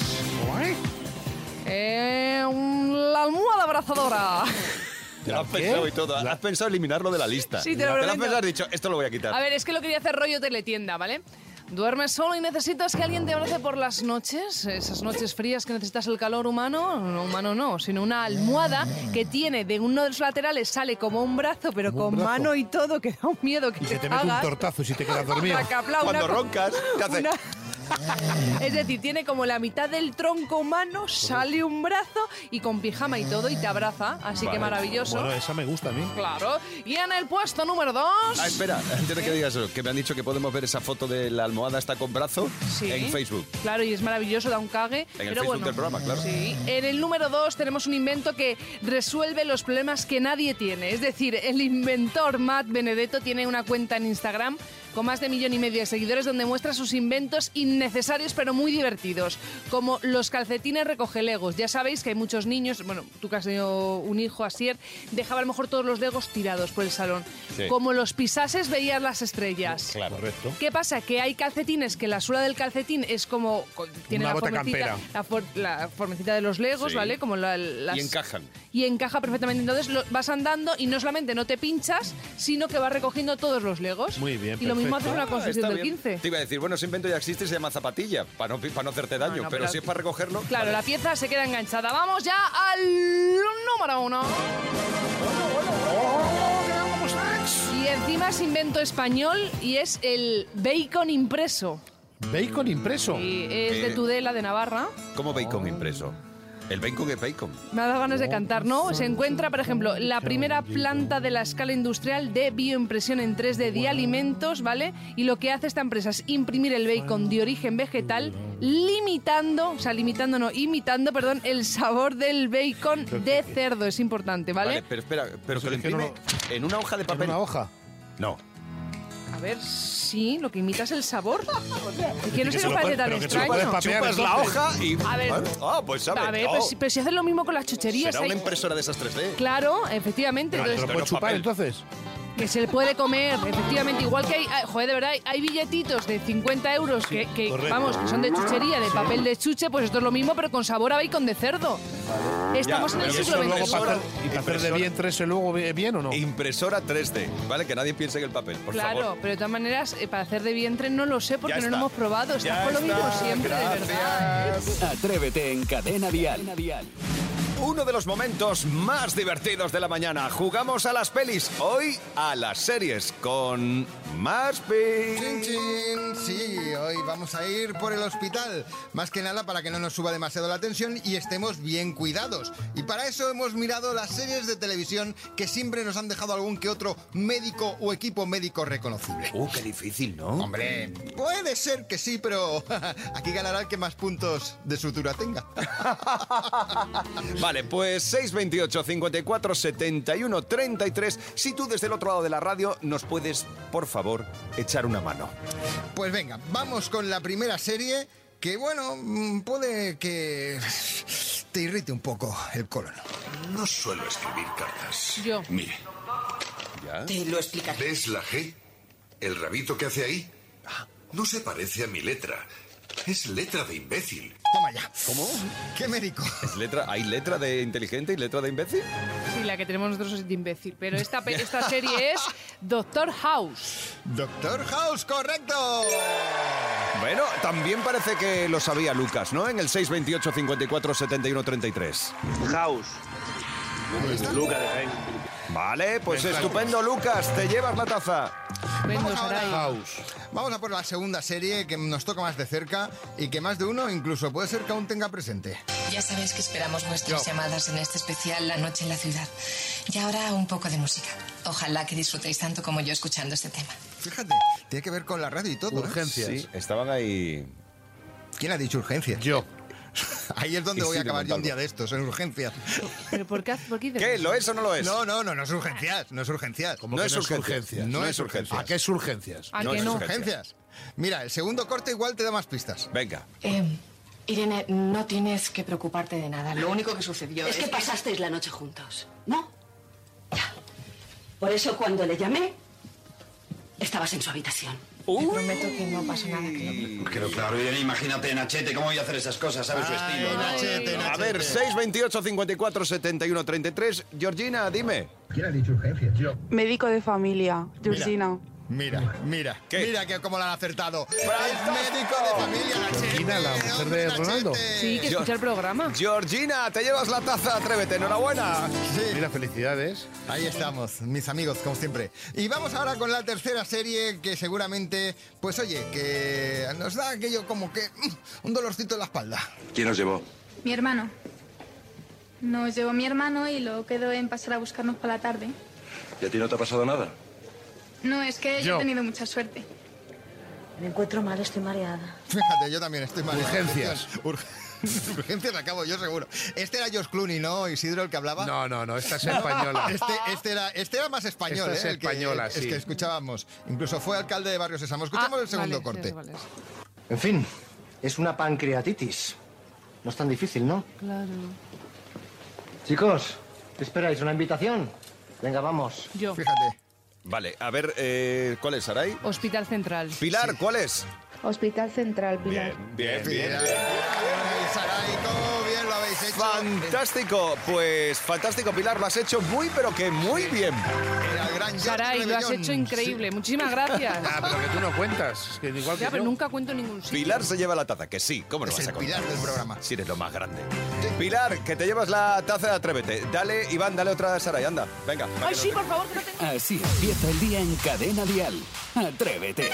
[SPEAKER 6] eh, un- la almohada abrazadora.
[SPEAKER 2] Te lo has
[SPEAKER 5] ¿Qué?
[SPEAKER 2] pensado y todo. Has pensado eliminarlo de la lista.
[SPEAKER 6] Sí, te lo
[SPEAKER 2] lo has
[SPEAKER 6] prometo.
[SPEAKER 2] pensado, has dicho, esto lo voy a quitar.
[SPEAKER 6] A ver, es que lo quería hacer rollo teletienda, ¿vale? Duermes solo y necesitas que alguien te abrace por las noches, esas noches frías que necesitas el calor humano, no humano no, sino una almohada que tiene de uno de los laterales sale como un brazo, pero
[SPEAKER 5] Como un
[SPEAKER 6] con
[SPEAKER 5] brazo.
[SPEAKER 6] mano y todo, que da un miedo que
[SPEAKER 5] Y
[SPEAKER 6] te
[SPEAKER 5] se te mete un
[SPEAKER 6] cagas.
[SPEAKER 5] tortazo si te quedas dormido.
[SPEAKER 6] Racapla,
[SPEAKER 2] Cuando
[SPEAKER 6] una-
[SPEAKER 2] roncas, te hace...
[SPEAKER 6] una- Es decir, tiene como la mitad del tronco humano, sale un brazo y con pijama y todo y te abraza. Así
[SPEAKER 2] Vale.
[SPEAKER 6] que maravilloso.
[SPEAKER 5] Bueno, esa me gusta a mí.
[SPEAKER 6] Claro. Y en el puesto número dos...
[SPEAKER 2] Ah, espera, antes de que digas eso, que me han dicho que podemos ver esa foto de la almohada está con brazo
[SPEAKER 6] Sí.
[SPEAKER 2] en Facebook.
[SPEAKER 6] Claro, y es maravilloso, da un cague.
[SPEAKER 2] En el
[SPEAKER 6] pero
[SPEAKER 2] Facebook
[SPEAKER 6] bueno,
[SPEAKER 2] del programa, claro.
[SPEAKER 6] Sí. En el número dos tenemos un invento que resuelve los problemas que nadie tiene. Es decir, el inventor Matt Benedetto tiene una cuenta en Instagram con más de millón y medio de seguidores donde muestra sus inventos innecesarios pero muy divertidos, como los calcetines recogelegos. Ya sabéis que hay muchos niños, bueno, tú que has tenido un hijo, Asier, dejaba a lo mejor todos los legos tirados por el salón.
[SPEAKER 2] Sí.
[SPEAKER 6] Como los pisases veías las estrellas.
[SPEAKER 5] Claro, correcto.
[SPEAKER 6] ¿Qué pasa? Que hay calcetines que la suela del calcetín es como... Tiene
[SPEAKER 5] Una
[SPEAKER 6] la
[SPEAKER 5] bota
[SPEAKER 6] formecita,
[SPEAKER 5] campera.
[SPEAKER 6] la, for- la formecita de los legos,
[SPEAKER 2] Sí.
[SPEAKER 6] ¿vale? Como la- las...
[SPEAKER 2] Y encajan.
[SPEAKER 6] Y encaja perfectamente. Entonces lo- vas andando y no solamente no te pinchas, sino que vas recogiendo todos los legos.
[SPEAKER 5] Muy bien,
[SPEAKER 6] Y lo mismo
[SPEAKER 5] perfecto.
[SPEAKER 6] haces una
[SPEAKER 2] Ah,
[SPEAKER 6] construcción
[SPEAKER 2] está
[SPEAKER 6] del
[SPEAKER 2] bien.
[SPEAKER 6] quince.
[SPEAKER 2] Te iba a decir, bueno, ese invento ya existe y se llama zapatilla, para no, para no hacerte daño,
[SPEAKER 6] no,
[SPEAKER 2] pero,
[SPEAKER 6] pero-
[SPEAKER 2] si es para recogerlo...
[SPEAKER 6] Claro,
[SPEAKER 2] vale.
[SPEAKER 6] la pieza se queda enganchada. Vamos ya al número uno. Y encima es invento español y es el bacon impreso.
[SPEAKER 5] Bacon impreso.
[SPEAKER 6] Y es de
[SPEAKER 2] Eh.
[SPEAKER 6] Tudela, de Navarra.
[SPEAKER 2] ¿Cómo bacon impreso? El bacon es bacon.
[SPEAKER 6] Me ha dado ganas de cantar, ¿no? Se encuentra, por ejemplo, la primera planta de la escala industrial de bioimpresión en tres D de alimentos, ¿vale? Y lo que hace esta empresa es imprimir el bacon de origen vegetal, limitando, o sea, limitando, no, imitando, perdón, el sabor del bacon de cerdo. Es importante, ¿vale?
[SPEAKER 2] Vale, pero espera, pero que lo
[SPEAKER 5] es que no
[SPEAKER 2] imprime en una hoja de
[SPEAKER 5] ¿En
[SPEAKER 2] papel.
[SPEAKER 5] una hoja?
[SPEAKER 2] No.
[SPEAKER 6] A ver, sí, lo que imita es el sabor. Es que no
[SPEAKER 5] que
[SPEAKER 6] sé
[SPEAKER 5] se
[SPEAKER 6] qué
[SPEAKER 5] lo
[SPEAKER 6] parece
[SPEAKER 5] puede-
[SPEAKER 6] tan
[SPEAKER 5] pero que se lo
[SPEAKER 6] extraño.
[SPEAKER 5] puedes papear,
[SPEAKER 2] Chupas la
[SPEAKER 5] entonces.
[SPEAKER 2] hoja y...
[SPEAKER 6] A ver.
[SPEAKER 2] Ah, pues sabes.
[SPEAKER 6] A ver,
[SPEAKER 2] Oh,
[SPEAKER 6] pero, si- pero si hacen lo mismo con las chucherías.
[SPEAKER 2] será una
[SPEAKER 6] hay-
[SPEAKER 2] impresora de esas tres D.
[SPEAKER 6] Claro, efectivamente.
[SPEAKER 5] Vale,
[SPEAKER 6] entonces-
[SPEAKER 5] ¿te lo puedes chupar
[SPEAKER 2] papel.
[SPEAKER 5] entonces?
[SPEAKER 6] Que se le puede comer, efectivamente. Igual que hay, hay- joder, de verdad, hay, hay billetitos de cincuenta euros que, que,
[SPEAKER 5] correcto.
[SPEAKER 6] vamos, que son de chuchería, de papel de chuche, pues esto es lo mismo, pero con sabor a bacon de cerdo. Estamos
[SPEAKER 2] Ya,
[SPEAKER 6] en el
[SPEAKER 2] pero
[SPEAKER 6] siglo
[SPEAKER 2] eso luego
[SPEAKER 5] Luego para
[SPEAKER 6] veintiuno.
[SPEAKER 5] hacer, y para hacer de
[SPEAKER 2] Impresora.
[SPEAKER 5] vientre ese luego bien bien o no.
[SPEAKER 2] Impresora tres D, ¿vale? Que nadie piense en el papel, por
[SPEAKER 6] Claro,
[SPEAKER 2] favor.
[SPEAKER 6] pero de todas maneras, eh, para hacer de vientre no lo sé porque
[SPEAKER 2] Ya
[SPEAKER 6] no lo
[SPEAKER 2] está.
[SPEAKER 6] hemos probado. Está
[SPEAKER 2] Ya
[SPEAKER 6] con lo mismo
[SPEAKER 2] está,
[SPEAKER 6] siempre, de verdad.
[SPEAKER 2] gracias.
[SPEAKER 1] Atrévete en Cadena Dial.
[SPEAKER 2] Uno de los momentos más divertidos de la mañana. Jugamos a las pelis, hoy a las series con Maspi.
[SPEAKER 3] Chin, chin. Sí, hoy vamos a ir por el hospital. Más que nada para que no nos suba demasiado la tensión y estemos bien cuidados. Y para eso hemos mirado las series de televisión que siempre nos han dejado algún que otro médico o equipo médico reconocible.
[SPEAKER 2] Uh, qué difícil, ¿no?
[SPEAKER 3] Hombre, puede ser que sí, pero aquí ganará el que más puntos de sutura tenga.
[SPEAKER 2] Vale, pues seis veintiocho, cincuenta y cuatro, setenta y uno, treinta y tres. Si tú desde el otro lado de la radio nos puedes, por favor, echar una mano.
[SPEAKER 3] Pues venga, vamos con la primera serie que, bueno, mm, puede que te irrite un poco el colon.
[SPEAKER 11] No suelo escribir cartas.
[SPEAKER 6] Yo.
[SPEAKER 11] Mire,
[SPEAKER 2] ¿Ya?
[SPEAKER 8] Te lo explicaré.
[SPEAKER 11] ¿ves la G? ¿El rabito que hace ahí? No se parece a mi letra. Es letra de imbécil.
[SPEAKER 3] Toma ya.
[SPEAKER 2] ¿Cómo?
[SPEAKER 3] ¿Qué médico?
[SPEAKER 2] ¿Es letra? ¿Hay letra de inteligente y letra de imbécil?
[SPEAKER 6] Sí, la que tenemos nosotros es de imbécil. Pero esta, pe- esta serie es Doctor House.
[SPEAKER 3] Doctor House, correcto.
[SPEAKER 2] Bueno, también parece que lo sabía Lucas, ¿no? En el seis veintiocho, cincuenta y cuatro, setenta y uno, treinta y tres.
[SPEAKER 12] House. Luca de Jaén.
[SPEAKER 2] Vale, pues estupendo, Lucas. Te llevas la taza.
[SPEAKER 6] Estupendo,
[SPEAKER 3] Vamos ahora.
[SPEAKER 6] Saray.
[SPEAKER 5] House.
[SPEAKER 3] Vamos a por la segunda serie que nos toca más de cerca y que más de uno incluso puede ser que aún tenga presente.
[SPEAKER 13] Ya sabéis que esperamos vuestras
[SPEAKER 3] Yo.
[SPEAKER 13] llamadas en este especial La Noche en la Ciudad. Y ahora un poco de música. Ojalá que disfrutéis tanto como yo escuchando este tema.
[SPEAKER 3] Fíjate, tiene que ver con la radio y todo. ¿eh?
[SPEAKER 5] Urgencias.
[SPEAKER 2] Sí, estaban ahí.
[SPEAKER 3] ¿Quién ha dicho urgencias?
[SPEAKER 5] Yo.
[SPEAKER 3] Ahí es donde
[SPEAKER 2] Y
[SPEAKER 3] voy
[SPEAKER 2] sí,
[SPEAKER 3] a acabar yo un
[SPEAKER 2] Montalvo.
[SPEAKER 3] día de estos, en urgencias.
[SPEAKER 6] ¿Pero por qué, por qué dices
[SPEAKER 2] ¿Qué?
[SPEAKER 6] eso?
[SPEAKER 2] ¿Lo es o no lo es?
[SPEAKER 3] No, no, no, no es urgencias, no es urgencias.
[SPEAKER 5] ¿Cómo
[SPEAKER 2] No
[SPEAKER 5] que
[SPEAKER 2] es
[SPEAKER 5] no es
[SPEAKER 2] urgencias.
[SPEAKER 5] urgencias?
[SPEAKER 3] No
[SPEAKER 2] No
[SPEAKER 3] es
[SPEAKER 2] es urgencias.
[SPEAKER 5] ¿A qué es urgencias?
[SPEAKER 6] ¿A
[SPEAKER 2] No
[SPEAKER 6] que
[SPEAKER 2] es
[SPEAKER 6] no?
[SPEAKER 2] urgencia.
[SPEAKER 3] Urgencias. Mira, el segundo corte igual te da más pistas.
[SPEAKER 2] Venga.
[SPEAKER 13] Eh, Irene, no tienes que preocuparte de nada. Lo único que sucedió
[SPEAKER 8] Es
[SPEAKER 13] es,
[SPEAKER 8] que pasasteis la noche juntos, ¿no? Ya. Por eso cuando le llamé, estabas en su habitación.
[SPEAKER 13] Te prometo que no pasa nada. Que no...
[SPEAKER 14] Pero claro, Irene, imagínate, Nachete, ¿cómo voy a hacer esas cosas? ¿Sabes su estilo, no?
[SPEAKER 3] Nachete,
[SPEAKER 2] A
[SPEAKER 3] Nachete.
[SPEAKER 2] ver, seis veintiocho, cincuenta y cuatro, setenta y uno, treinta y tres. Georgina, dime.
[SPEAKER 15] ¿Quién ha dicho urgencias? Yo.
[SPEAKER 16] Médico de familia, Georgina.
[SPEAKER 3] Mira, mira,
[SPEAKER 2] ¿Qué?
[SPEAKER 3] mira que cómo lo han acertado. El médico de familia, Nachete.
[SPEAKER 5] Georgina, la mujer de Ronaldo.
[SPEAKER 6] Sí, que escucha el programa.
[SPEAKER 2] Georgina, te llevas la taza, atrévete, enhorabuena.
[SPEAKER 3] Sí.
[SPEAKER 5] Mira, felicidades.
[SPEAKER 3] Ahí estamos, mis amigos, como siempre. Y vamos ahora con la tercera serie que seguramente, pues oye, que nos da aquello como que mm, un dolorcito en la espalda.
[SPEAKER 14] ¿Quién os llevó?
[SPEAKER 15] Mi hermano. Nos llevó mi hermano y luego quedó en pasar a buscarnos por la tarde.
[SPEAKER 14] ¿Y a ti no te ha pasado nada?
[SPEAKER 15] No, es que yo,
[SPEAKER 5] Yo.
[SPEAKER 15] he tenido mucha suerte.
[SPEAKER 16] Me encuentro mal, estoy mareada.
[SPEAKER 3] Fíjate, yo también estoy mal.
[SPEAKER 5] Urgencias.
[SPEAKER 3] Ur- Urgencias acabo yo seguro. Este era George Clooney, ¿no, Isidro, el que hablaba?
[SPEAKER 5] No, no, no, esta es española.
[SPEAKER 3] Este, este, era, este era más español,
[SPEAKER 5] Esta es
[SPEAKER 3] ¿eh? El que-
[SPEAKER 5] española,
[SPEAKER 3] el,
[SPEAKER 5] sí.
[SPEAKER 3] que escuchábamos. Incluso fue alcalde de Barrio Sésamo. Escuchamos
[SPEAKER 6] Ah,
[SPEAKER 3] el segundo
[SPEAKER 6] vale,
[SPEAKER 3] corte.
[SPEAKER 6] sí, vale.
[SPEAKER 17] En fin, es una pancreatitis. No es tan difícil, ¿no?
[SPEAKER 6] Claro.
[SPEAKER 17] Chicos, ¿qué esperáis? ¿Una invitación? Venga, vamos.
[SPEAKER 6] Yo.
[SPEAKER 3] Fíjate.
[SPEAKER 2] Vale, a ver, eh, ¿cuál es, Saray?
[SPEAKER 6] Hospital Central.
[SPEAKER 2] Pilar, ¿cuál es?
[SPEAKER 10] Hospital Central, Pilar.
[SPEAKER 2] Bien, bien.
[SPEAKER 3] Bien, Saray, cómo bien lo habéis hecho.
[SPEAKER 2] Fantástico, pues fantástico, Pilar, lo has hecho muy, pero que muy bien.
[SPEAKER 3] Era el gran George
[SPEAKER 6] Saray, lo has
[SPEAKER 3] Rebellón.
[SPEAKER 6] hecho increíble. Muchísimas gracias.
[SPEAKER 5] Ah, pero que tú no cuentas. Es que igual que
[SPEAKER 6] Ya, pero
[SPEAKER 5] yo.
[SPEAKER 6] nunca cuento en ningún sitio.
[SPEAKER 2] Pilar se lleva la taza, que sí, ¿cómo no
[SPEAKER 3] Es
[SPEAKER 2] vas
[SPEAKER 3] el
[SPEAKER 2] a contar?
[SPEAKER 3] pilar del programa.
[SPEAKER 2] Si eres lo más grande. Pilar, que te llevas la taza de Atrévete. Dale, Iván, dale otra a Saray, anda, venga. para
[SPEAKER 6] Ay,
[SPEAKER 2] que
[SPEAKER 6] sí,
[SPEAKER 2] nos-
[SPEAKER 6] por favor, que no tengo...
[SPEAKER 1] Así empieza el día en Cadena Dial. Atrévete.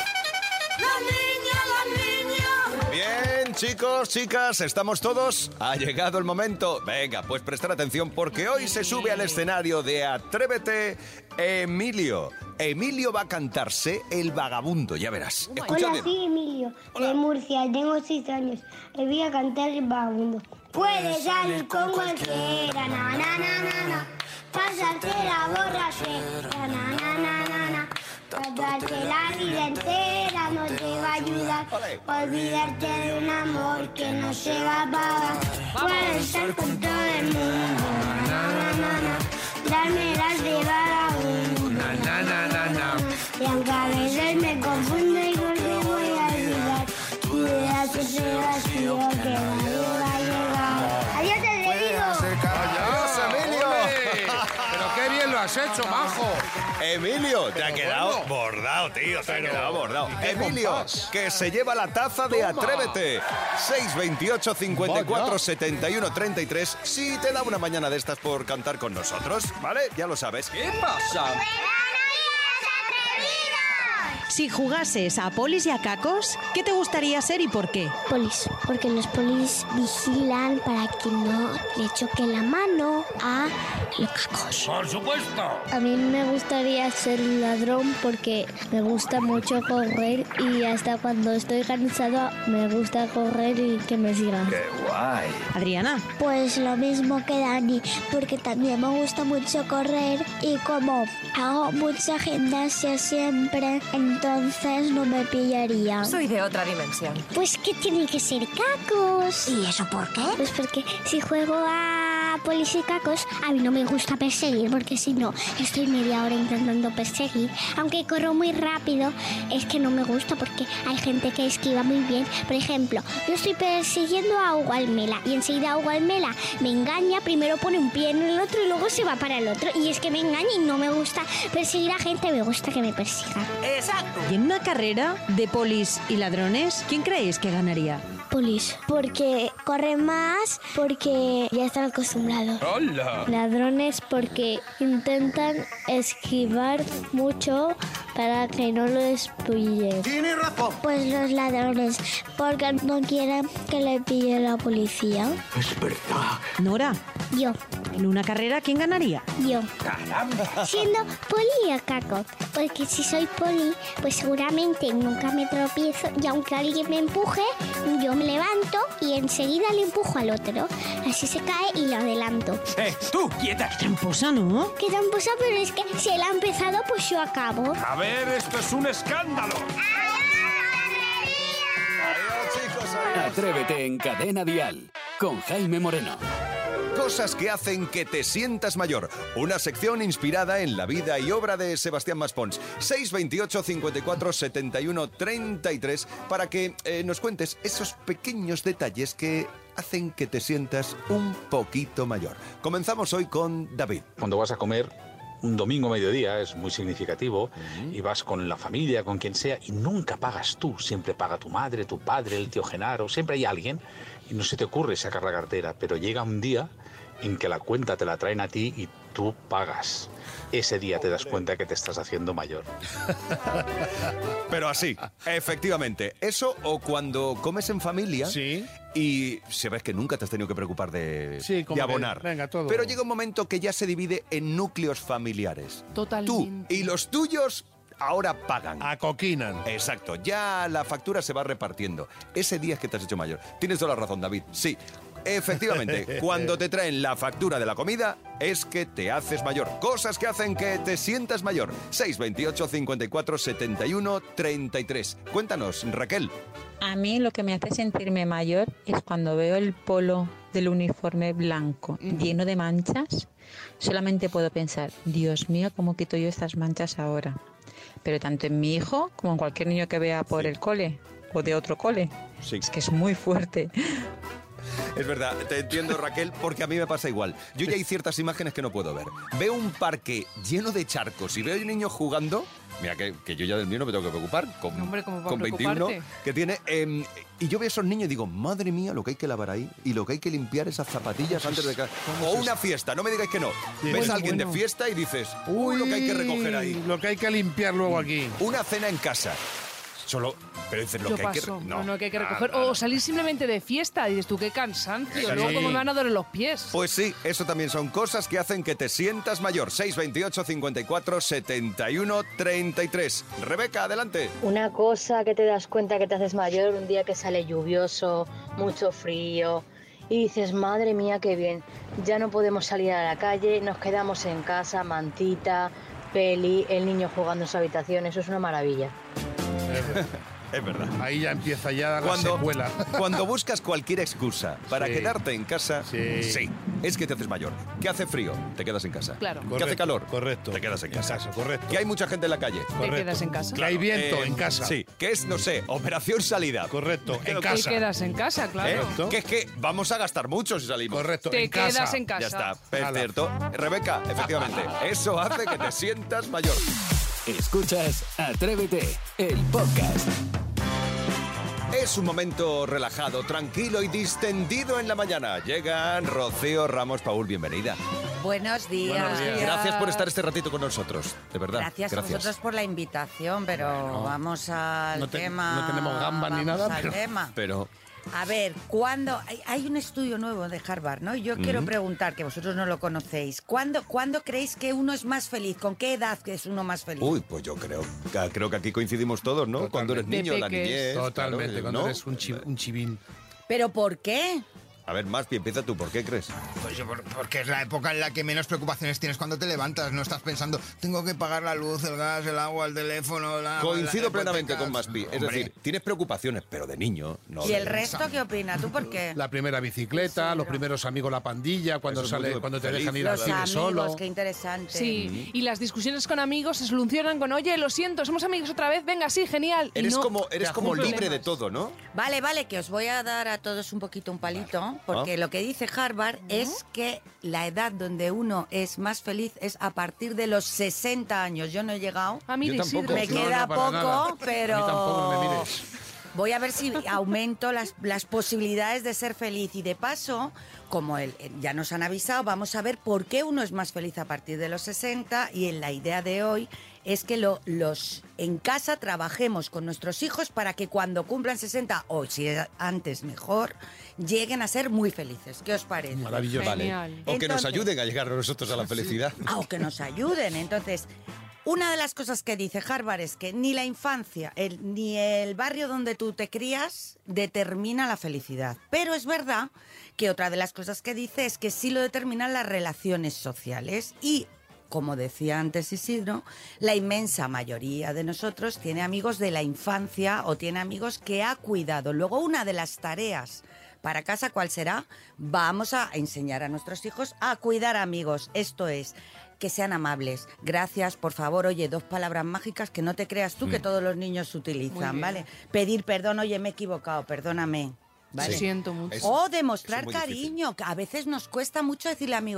[SPEAKER 2] Bien, chicos, chicas, ¿estamos todos? Ha llegado el momento. Venga, pues prestar atención porque hoy se sube al escenario de Atrévete Emilio. Emilio va a cantarse El Vagabundo, ya verás. Escuchad
[SPEAKER 18] Hola,
[SPEAKER 2] bien.
[SPEAKER 18] soy Emilio, de Murcia, tengo seis años. Le voy a cantar El Vagabundo. Puedes salir con cualquiera, na, na, na, na, na. Pasarte la borrachera, na, na, na, na, na. Tratarte la vida entera no te va a ayudar. Olvidarte de un amor que no se va a pagar. Puedes estar con todo el mundo, na, na, na, na. Darme las de vagabundo,
[SPEAKER 5] Na, na, na, na, na.
[SPEAKER 18] y aunque a veces me confundo y no te voy a olvidar, tú dejas ese vacío que nadie va a llegar. ¡Adiós, te digo!
[SPEAKER 2] ¡Adiós, Emilio!
[SPEAKER 5] ¡Ole! Pero qué bien lo has hecho, majo.
[SPEAKER 2] Emilio, te ha
[SPEAKER 5] Pero
[SPEAKER 2] quedado
[SPEAKER 5] bueno.
[SPEAKER 2] bordado, tío, te ha
[SPEAKER 5] Pero,
[SPEAKER 2] quedado bordado.
[SPEAKER 5] ¿y qué
[SPEAKER 2] Emilio,
[SPEAKER 5] compás?
[SPEAKER 2] que se lleva la taza de
[SPEAKER 5] Toma.
[SPEAKER 2] Atrévete. seis veintiocho, cincuenta y cuatro,
[SPEAKER 5] Vaya.
[SPEAKER 2] setenta y uno, treinta y tres. Si te da una mañana de estas por cantar con nosotros, ¿vale? Ya lo sabes. ¿Qué pasa?
[SPEAKER 19] Si jugases a polis y a cacos, ¿qué te gustaría ser y por qué?
[SPEAKER 18] Polis, porque los polis vigilan para que no le choque la mano a los cacos.
[SPEAKER 5] Por supuesto.
[SPEAKER 18] A mí me gustaría ser ladrón porque me gusta mucho correr y hasta cuando estoy cansado me gusta correr y que me sigan.
[SPEAKER 14] ¡Qué guay!
[SPEAKER 19] Adriana.
[SPEAKER 18] Pues lo mismo que Dani, porque también me gusta mucho correr y como hago mucha gimnasia siempre, entonces no me pillaría.
[SPEAKER 16] Soy de otra dimensión.
[SPEAKER 18] Pues que tienen que ser cacos. ¿Y eso por qué? Pues porque si juego a polis y cacos, a mí no me gusta perseguir, porque si no, estoy media hora intentando perseguir. Aunque corro muy rápido, es que no me gusta porque hay gente que esquiva muy bien. Por ejemplo, yo estoy persiguiendo a Hugo Almela y enseguida Hugo Almela me engaña, primero pone un pie en el otro y luego se va para el otro. Y es que me engaña y no me gusta perseguir a gente, me gusta que me persigan.
[SPEAKER 19] Exacto. Y en una carrera de polis y ladrones, ¿quién creéis que ganaría?
[SPEAKER 18] Polis, porque corre más, porque ya están acostumbrados.
[SPEAKER 5] ¡Hola!
[SPEAKER 18] Ladrones porque intentan esquivar mucho para que no los pillen.
[SPEAKER 17] Tienes razón.
[SPEAKER 18] Pues los ladrones, porque no quieren que le pille la policía.
[SPEAKER 17] Es verdad.
[SPEAKER 19] Nora,
[SPEAKER 18] Yo,
[SPEAKER 19] en una carrera, ¿quién ganaría?
[SPEAKER 18] yo.
[SPEAKER 17] Caramba.
[SPEAKER 18] Siendo poli o caco, porque si soy poli, pues seguramente nunca me tropiezo y aunque alguien me empuje, yo me levanto y enseguida le empujo al otro. Así se cae y lo adelanto.
[SPEAKER 14] ¡Eh, tú, quieta!
[SPEAKER 19] Tramposa, ¿no?
[SPEAKER 18] Qué tramposa, pero es que si él ha empezado, pues yo acabo.
[SPEAKER 14] A ver, esto es un escándalo.
[SPEAKER 2] Adiós, chicos, adiós.
[SPEAKER 1] Atrévete en Cadena Dial con Jaime Moreno.
[SPEAKER 2] Cosas que hacen que te sientas mayor. Una sección inspirada en la vida y obra de Sebastián Maspons. seis veintiocho, cincuenta y cuatro, setenta y uno, treinta y tres para que eh, nos cuentes esos pequeños detalles que hacen que te sientas un poquito mayor. Comenzamos hoy con David.
[SPEAKER 20] Cuando vas a comer, un domingo mediodía, es muy significativo, y vas con la familia, con quien sea, y nunca pagas tú, siempre paga tu madre, tu padre, el tío Genaro, siempre hay alguien, y no se te ocurre sacar la cartera, pero llega un día en que la cuenta te la traen a ti y tú pagas. Ese día te das cuenta que te estás haciendo mayor.
[SPEAKER 2] Pero así, efectivamente. Eso o cuando comes en familia y se ves que nunca te has tenido que preocupar de,
[SPEAKER 5] Sí, como
[SPEAKER 2] de
[SPEAKER 5] que,
[SPEAKER 2] abonar.
[SPEAKER 5] venga, todo.
[SPEAKER 2] Pero llega un momento que ya se divide en núcleos familiares.
[SPEAKER 6] Totalmente.
[SPEAKER 2] Tú y los tuyos ahora pagan.
[SPEAKER 5] Acoquinan.
[SPEAKER 2] Exacto. Ya la factura se va repartiendo. Ese día es que te has hecho mayor. Tienes toda la razón, David. Sí. Efectivamente, cuando te traen la factura de la comida es que te haces mayor. Cosas que hacen que te sientas mayor. seis veintiocho, cincuenta y cuatro, setenta y uno, treinta y tres. Cuéntanos, Raquel.
[SPEAKER 21] A mí lo que me hace sentirme mayor es cuando veo el polo del uniforme blanco lleno de manchas. Solamente puedo pensar, Dios mío, ¿cómo quito yo estas manchas ahora? Pero tanto en mi hijo como en cualquier niño que vea por el cole o de otro cole.
[SPEAKER 2] Sí.
[SPEAKER 21] Es que es muy fuerte.
[SPEAKER 2] Es verdad, te entiendo, Raquel, porque a mí me pasa igual. Yo ya hay ciertas imágenes que no puedo ver. Veo un parque lleno de charcos y veo a un niño jugando. Mira, que, que yo ya del mío no me tengo que preocupar. Con,
[SPEAKER 6] Hombre, ¿cómo va a
[SPEAKER 2] con veintiuno
[SPEAKER 6] preocuparte?
[SPEAKER 2] que tiene. eh, y yo veo a esos niños y digo, madre mía, lo que hay que lavar ahí y lo que hay que limpiar esas zapatillas antes de... ca- O una fiesta, no me digáis que no.
[SPEAKER 5] Sí.
[SPEAKER 2] Ves
[SPEAKER 5] Bueno,
[SPEAKER 2] a alguien
[SPEAKER 5] bueno.
[SPEAKER 2] de fiesta y dices, uy, lo que hay que recoger ahí.
[SPEAKER 5] Lo que hay que limpiar luego aquí.
[SPEAKER 2] Una cena en casa. Solo... Pero dices, lo
[SPEAKER 6] Yo
[SPEAKER 2] que hay que...
[SPEAKER 6] paso,
[SPEAKER 2] No,
[SPEAKER 6] no, no, que hay que
[SPEAKER 2] nada,
[SPEAKER 6] recoger.
[SPEAKER 2] nada.
[SPEAKER 6] O salir simplemente de fiesta. Y dices tú, qué cansancio.
[SPEAKER 2] Sí.
[SPEAKER 6] Luego, como me van a doler los pies.
[SPEAKER 2] Pues sí, eso también son cosas que hacen que te sientas mayor. seis veintiocho, cincuenta y cuatro, setenta y uno, treinta y tres. Rebeca, adelante.
[SPEAKER 16] Una cosa que te das cuenta que te haces mayor un día que sale lluvioso, mucho frío y dices, madre mía, qué bien, ya no podemos salir a la calle, nos quedamos en casa, mantita, peli, el niño jugando en su habitación, eso es una maravilla.
[SPEAKER 2] Es verdad.
[SPEAKER 5] Ahí ya empieza ya la
[SPEAKER 2] Cuando,
[SPEAKER 5] secuela.
[SPEAKER 2] cuando buscas cualquier excusa para
[SPEAKER 5] Sí.
[SPEAKER 2] quedarte en casa, sí.
[SPEAKER 5] Sí.
[SPEAKER 2] es que te haces mayor. Que hace frío, te quedas en casa.
[SPEAKER 6] Claro.
[SPEAKER 2] Que
[SPEAKER 5] Correcto,
[SPEAKER 2] hace calor,
[SPEAKER 5] correcto.
[SPEAKER 2] te quedas en casa.
[SPEAKER 5] correcto.
[SPEAKER 2] Que hay mucha gente en la calle.
[SPEAKER 6] Te quedas en casa.
[SPEAKER 5] Que hay viento
[SPEAKER 2] Eh,
[SPEAKER 5] en casa.
[SPEAKER 2] Sí, que es, no sé, operación salida.
[SPEAKER 5] Correcto, en
[SPEAKER 2] Creo que-
[SPEAKER 6] Te
[SPEAKER 5] casa.
[SPEAKER 6] quedas en casa,
[SPEAKER 2] ¿Eh?
[SPEAKER 6] claro.
[SPEAKER 2] Que es que vamos a gastar mucho si salimos.
[SPEAKER 5] Correcto,
[SPEAKER 6] Te
[SPEAKER 5] en casa.
[SPEAKER 6] quedas en casa.
[SPEAKER 2] Ya está,
[SPEAKER 5] Ala.
[SPEAKER 2] perfecto. Rebeca, efectivamente, eso hace que te sientas mayor.
[SPEAKER 1] Escuchas Atrévete, el podcast.
[SPEAKER 2] Es un momento relajado, tranquilo y distendido en la mañana. Llegan Rocío Ramos Paul, bienvenida.
[SPEAKER 22] Buenos días.
[SPEAKER 5] Buenos días.
[SPEAKER 2] Gracias por estar este ratito con nosotros, de verdad.
[SPEAKER 22] Gracias, a vosotros por la invitación, pero vamos al
[SPEAKER 5] No te-
[SPEAKER 22] tema.
[SPEAKER 5] no tenemos gambas ni
[SPEAKER 22] vamos
[SPEAKER 5] nada,
[SPEAKER 22] al
[SPEAKER 5] pero-
[SPEAKER 22] tema.
[SPEAKER 2] Pero
[SPEAKER 22] A ver, ¿cuándo? Hay, hay un estudio nuevo de Harvard, ¿no? Yo quiero
[SPEAKER 2] Ujú.
[SPEAKER 22] preguntar, que vosotros no lo conocéis. ¿Cuándo, ¿Cuándo creéis que uno es más feliz? ¿Con qué edad es uno más feliz?
[SPEAKER 2] Uy, pues yo creo, que- creo que aquí coincidimos todos, ¿no? Cuando eres
[SPEAKER 6] De
[SPEAKER 2] niño, la
[SPEAKER 6] peques.
[SPEAKER 2] niñez.
[SPEAKER 5] Totalmente,
[SPEAKER 2] claro,
[SPEAKER 5] cuando
[SPEAKER 2] ¿no?
[SPEAKER 5] eres un, chi- un chivín.
[SPEAKER 22] ¿Pero por qué?
[SPEAKER 2] A ver, más bien, empieza tú, ¿por qué crees?
[SPEAKER 3] Pues yo, por- porque es la época en la que menos preocupaciones tienes cuando te levantas. No estás pensando, tengo que pagar la luz, el gas, el agua, el teléfono, la...
[SPEAKER 2] Coincido
[SPEAKER 3] la-
[SPEAKER 2] plenamente
[SPEAKER 3] hipotecas.
[SPEAKER 2] con Maspi. Es
[SPEAKER 3] Hombre.
[SPEAKER 2] decir, tienes preocupaciones, pero de niño, no.
[SPEAKER 22] ¿Y
[SPEAKER 2] de-
[SPEAKER 22] el resto qué opina? ¿Tú por qué?
[SPEAKER 5] La primera bicicleta, los primeros amigos, la pandilla, cuando
[SPEAKER 2] Eso es
[SPEAKER 5] sale,
[SPEAKER 2] muy
[SPEAKER 5] cuando te
[SPEAKER 2] feliz.
[SPEAKER 5] dejan ir al
[SPEAKER 22] Los
[SPEAKER 5] cine
[SPEAKER 22] amigos,
[SPEAKER 5] solo.
[SPEAKER 22] qué interesante.
[SPEAKER 6] Sí, y las discusiones con amigos se solucionan con, oye, lo siento, somos amigos otra vez, venga, sí, genial. Y
[SPEAKER 2] Eres
[SPEAKER 6] no-
[SPEAKER 2] como, eres
[SPEAKER 6] te
[SPEAKER 2] como
[SPEAKER 6] hacen
[SPEAKER 2] libre de
[SPEAKER 6] problemas.
[SPEAKER 2] todo, ¿no?
[SPEAKER 22] Vale, vale, que os voy a dar a todos un poquito un palito, porque
[SPEAKER 2] Ah.
[SPEAKER 22] lo que dice Harvard es que la edad donde uno es más feliz es a partir de los sesenta años. Yo no he llegado.
[SPEAKER 6] Ah, mira,
[SPEAKER 2] Yo tampoco.
[SPEAKER 6] Isidro.
[SPEAKER 22] Me
[SPEAKER 5] No,
[SPEAKER 22] queda
[SPEAKER 5] no, para nada.
[SPEAKER 22] poco, pero...
[SPEAKER 5] A mí tampoco, no me mires.
[SPEAKER 22] Voy a ver si aumento las, las posibilidades de ser feliz. Y de paso, como el, ya nos han avisado, vamos a ver por qué uno es más feliz a partir de los sesenta. Y en la idea de hoy es que lo- los en casa trabajemos con nuestros hijos para que cuando cumplan sesenta, o si es antes mejor, lleguen a ser muy felices. ¿Qué os parece?
[SPEAKER 5] Maravilloso.
[SPEAKER 6] Genial.
[SPEAKER 2] O que nos
[SPEAKER 22] Entonces-
[SPEAKER 2] ayuden a llegar nosotros a la felicidad.
[SPEAKER 22] Ah, o que nos ayuden. Entonces, una de las cosas que dice Harvard es que ni la infancia, el- ni el barrio donde tú te crías determina la felicidad. Pero es verdad que otra de las cosas que dice es que sí lo determinan las relaciones sociales. Y, como decía antes Isidro, la inmensa mayoría de nosotros tiene amigos de la infancia o tiene amigos que ha cuidado. Luego, una de las tareas para casa, ¿cuál será? Vamos a enseñar a nuestros hijos a cuidar amigos. Esto es, que sean amables. Gracias, por favor, oye, dos palabras mágicas que no te creas tú que todos los niños utilizan,
[SPEAKER 6] bien.
[SPEAKER 22] ¿vale? Pedir perdón, oye, me he equivocado, perdóname. ¿vale?
[SPEAKER 6] Lo siento mucho.
[SPEAKER 2] Es-
[SPEAKER 22] O
[SPEAKER 2] eso
[SPEAKER 22] demostrar
[SPEAKER 2] es muy difícil.
[SPEAKER 22] cariño, que a veces nos cuesta mucho decirle, amigo,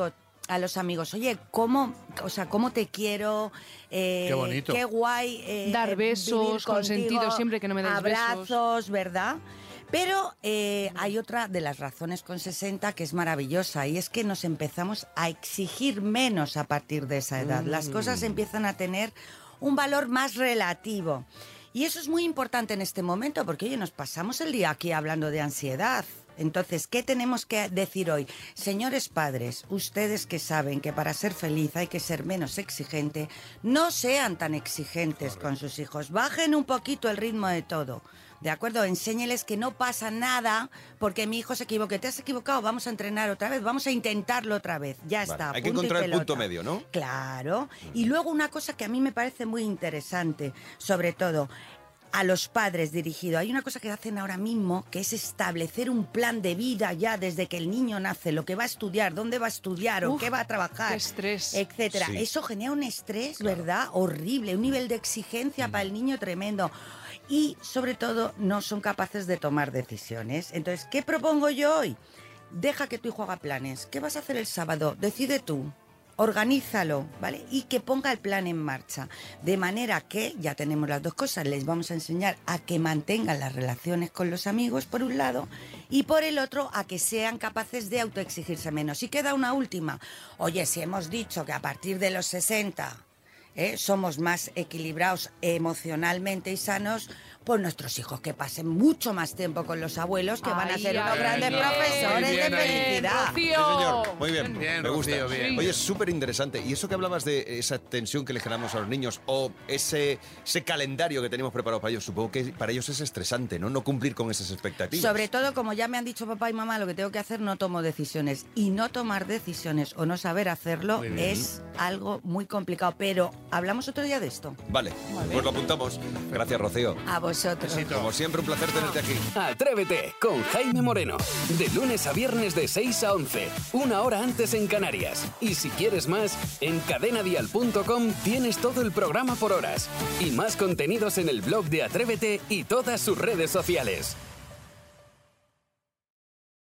[SPEAKER 22] a los amigos, oye, ¿cómo, o sea, cómo te quiero? Eh,
[SPEAKER 5] Qué bonito.
[SPEAKER 22] Qué guay. Eh,
[SPEAKER 6] Dar
[SPEAKER 22] eh,
[SPEAKER 6] besos,
[SPEAKER 22] vivir
[SPEAKER 6] consentidos
[SPEAKER 22] contigo,
[SPEAKER 6] siempre que no me des
[SPEAKER 22] abrazos,
[SPEAKER 6] besos.
[SPEAKER 22] ¿verdad? Pero eh, hay otra de las razones con sesenta que es maravillosa y es que nos empezamos a exigir menos a partir de esa edad. Las cosas empiezan a tener un valor más relativo. Y eso es muy importante en este momento porque, oye, nos pasamos el día aquí hablando de ansiedad. Entonces, ¿qué tenemos que decir hoy? Señores padres, ustedes que saben que para ser feliz hay que ser menos exigente, no sean tan exigentes con sus hijos. Bajen un poquito el ritmo de todo. ¿De acuerdo? Enséñeles que no pasa nada porque mi hijo se equivoque. Te has equivocado, vamos a entrenar otra vez, vamos a intentarlo otra vez. Ya
[SPEAKER 2] Vale,
[SPEAKER 22] está.
[SPEAKER 2] hay que encontrar el punto medio, ¿no?
[SPEAKER 22] Claro. Y luego una cosa que a mí me parece muy interesante, sobre todo a los padres dirigido. Hay una cosa que hacen ahora mismo, que es establecer un plan de vida ya desde que el niño nace, lo que va a estudiar, dónde va a estudiar o
[SPEAKER 6] Uf,
[SPEAKER 22] qué va a trabajar,
[SPEAKER 6] qué estrés.
[SPEAKER 22] etcétera.
[SPEAKER 2] Sí.
[SPEAKER 22] Eso genera un estrés, ¿verdad? Horrible, un nivel de exigencia para el niño tremendo. Y, sobre todo, no son capaces de tomar decisiones. Entonces, ¿qué propongo yo hoy? Deja que tu hijo haga planes. ¿Qué vas a hacer el sábado? Decide tú. Organízalo, ¿vale? Y que ponga el plan en marcha. De manera que, ya tenemos las dos cosas, les vamos a enseñar a que mantengan las relaciones con los amigos, por un lado, y por el otro, a que sean capaces de autoexigirse menos. Y queda una última. Oye, si hemos dicho que a partir de los sesenta... ¿eh? somos más equilibrados emocionalmente y sanos, pues nuestros hijos que pasen mucho más tiempo con los abuelos, que van a
[SPEAKER 6] Ay,
[SPEAKER 22] ser unos
[SPEAKER 6] ay,
[SPEAKER 22] grandes
[SPEAKER 6] bien,
[SPEAKER 22] profesores
[SPEAKER 5] bien
[SPEAKER 22] de
[SPEAKER 5] ahí.
[SPEAKER 22] felicidad.
[SPEAKER 6] Rocío.
[SPEAKER 2] Sí, señor. Muy bien,
[SPEAKER 5] Bien,
[SPEAKER 2] me gusta.
[SPEAKER 5] Rocío, bien.
[SPEAKER 2] Oye, es súper interesante. Y eso que hablabas de esa tensión que le generamos a los niños o ese, ese calendario que tenemos preparado para ellos, supongo que para ellos es estresante, ¿no? No cumplir con esas expectativas.
[SPEAKER 22] Sobre todo, como ya me han dicho papá y mamá, lo que tengo que hacer, no tomo decisiones. Y no tomar decisiones o no saber hacerlo
[SPEAKER 5] Muy bien.
[SPEAKER 22] es algo muy complicado. Pero hablamos otro día de esto.
[SPEAKER 2] Vale, pues lo apuntamos. Gracias, Rocío.
[SPEAKER 22] A vosotros.
[SPEAKER 2] Como siempre, un placer tenerte aquí.
[SPEAKER 1] Atrévete con Jaime Moreno. De lunes a viernes de seis a once, una hora antes en Canarias. Y si quieres más, en cadena dial punto com tienes todo el programa por horas. Y más contenidos en el blog de Atrévete y todas sus redes sociales.